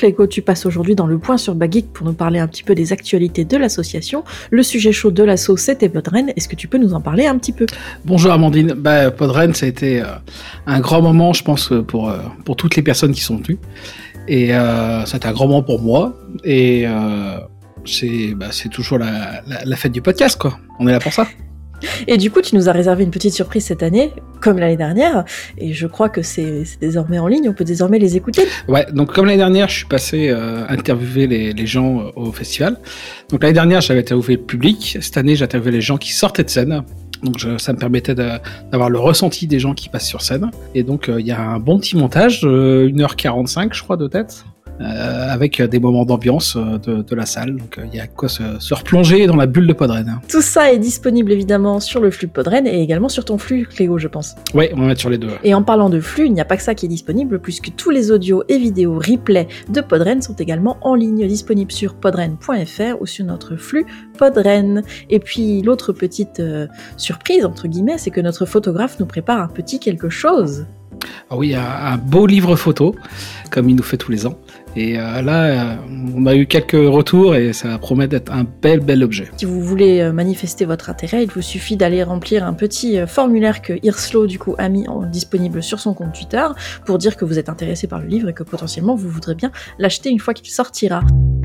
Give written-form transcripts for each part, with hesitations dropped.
Clégo, tu passes aujourd'hui dans le point sur Bageek pour nous parler un petit peu des actualités de l'association. Le sujet chaud de l'asso, c'était Podren. Est-ce que tu peux nous en parler un petit peu ? Bonjour Amandine. Podren, ça a été un grand moment, je pense, pour toutes les personnes qui sont venues. Et ça a été un grand moment pour moi. Et c'est toujours la fête du podcast, quoi. On est là pour ça. Et du coup, tu nous as réservé une petite surprise cette année, comme l'année dernière, et je crois que c'est désormais en ligne, on peut désormais les écouter. Ouais, donc comme l'année dernière, je suis passé interviewer les gens au festival. Donc l'année dernière, j'avais interviewé le public. Cette année, j'ai interviewé les gens qui sortaient de scène. Donc ça me permettait d'avoir le ressenti des gens qui passent sur scène. Et donc il y a un bon petit montage, 1h45 je crois de tête, avec des moments d'ambiance de la salle. Donc il y a quoi se replonger dans la bulle de Podren. Tout ça est disponible évidemment sur le flux de Podren et également sur ton flux Clégo, je pense. Ouais, on va mettre sur les deux. Et en parlant de flux, il n'y a pas que ça qui est disponible, puisque tous les audios et vidéos replay de Podren sont également en ligne, disponibles sur podren.fr ou sur notre flux Podren. Et puis l'autre petite surprise, entre guillemets, c'est que notre photographe nous prépare un petit quelque chose. Ah oui, un beau livre photo, comme il nous fait tous les ans. Et là, on a eu quelques retours et ça promet d'être un bel objet. Si vous voulez manifester votre intérêt, il vous suffit d'aller remplir un petit formulaire que Hirslo du coup a mis disponible sur son compte Twitter pour dire que vous êtes intéressé par le livre et que potentiellement vous voudrez bien l'acheter une fois qu'il sortira.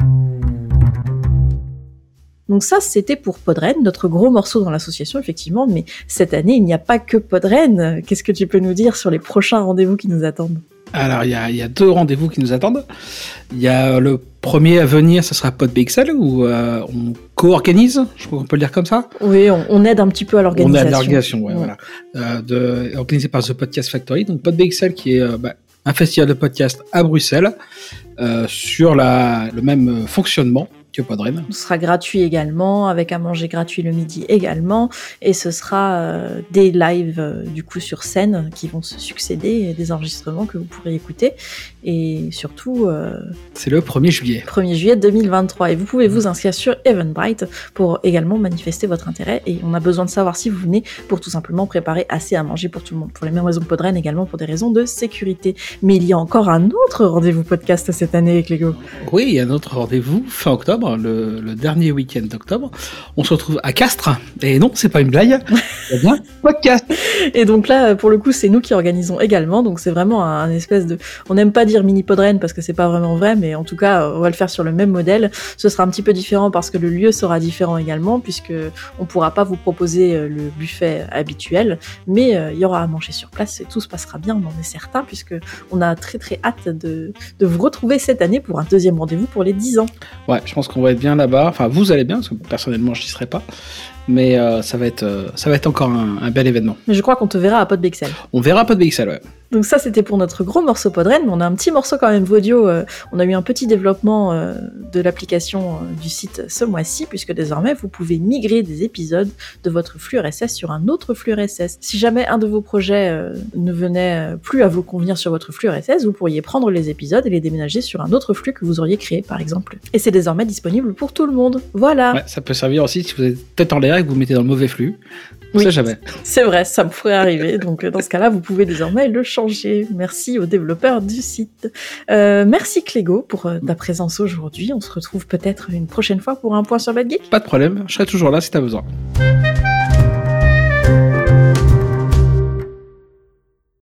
Donc ça, c'était pour Podren, notre gros morceau dans l'association, effectivement, mais cette année, il n'y a pas que Podren. Qu'est-ce que tu peux nous dire sur les prochains rendez-vous qui nous attendent ? Alors, il y a 2 rendez-vous qui nous attendent. Il y a le premier à venir, ce sera PodBXL, où on co-organise, je crois qu'on peut le dire comme ça. Oui, on aide un petit peu à l'organisation. On aide à l'organisation, ouais. Voilà. Organisé par The Podcast Factory. Donc PodBXL, qui est un festival de podcast à Bruxelles, sur le même fonctionnement que Podren. Ce sera gratuit également, avec à manger gratuit le midi également, et ce sera des lives du coup sur scène qui vont se succéder, et des enregistrements que vous pourrez écouter, et surtout... c'est le 1er juillet. 1er juillet 2023, et vous pouvez vous inscrire sur Eventbrite pour également manifester votre intérêt, et on a besoin de savoir si vous venez pour tout simplement préparer assez à manger pour tout le monde, pour les mêmes raisons que Podren, également pour des raisons de sécurité. Mais il y a encore un autre rendez-vous podcast cette année, Clégo. Oui, il y a un autre rendez-vous fin octobre, le dernier week-end d'octobre. On se retrouve à Castres, et non, c'est pas une blague, c'est bien podcast. Et donc là, pour le coup, c'est nous qui organisons également, donc c'est vraiment un espèce de... On n'aime pas dire mini Podren parce que c'est pas vraiment vrai, mais en tout cas, on va le faire sur le même modèle. Ce sera un petit peu différent parce que le lieu sera différent également, puisque on pourra pas vous proposer le buffet habituel, mais il y aura à manger sur place et tout se passera bien, on en est certain, puisque on a très très hâte de vous retrouver cette année pour un deuxième rendez-vous pour les 10 ans. Ouais, je pense qu'on va être bien là-bas. Enfin, vous allez bien, parce que personnellement, je n'y serai pas. Mais ça va être encore un bel événement. Mais je crois qu'on te verra à PodBXL. On verra à PodBXL, ouais. Donc ça, c'était pour notre gros morceau Podren, mais on a un petit morceau quand même Vodio. On a eu un petit développement de l'application du site ce mois-ci, puisque désormais, vous pouvez migrer des épisodes de votre flux RSS sur un autre flux RSS. Si jamais un de vos projets ne venait plus à vous convenir sur votre flux RSS, vous pourriez prendre les épisodes et les déménager sur un autre flux que vous auriez créé, par exemple. Et c'est désormais disponible pour tout le monde. Voilà. Ouais, ça peut servir aussi si vous êtes tête en l'air et que vous mettez dans le mauvais flux. Oui, ça jamais. C'est vrai, ça me pourrait arriver. Donc dans ce cas-là, vous pouvez désormais le changer. Merci aux développeurs du site. Merci Clégo pour ta présence aujourd'hui. On se retrouve peut-être une prochaine fois pour un point sur Bad Geek. Pas de problème, je serai toujours là si t'as besoin.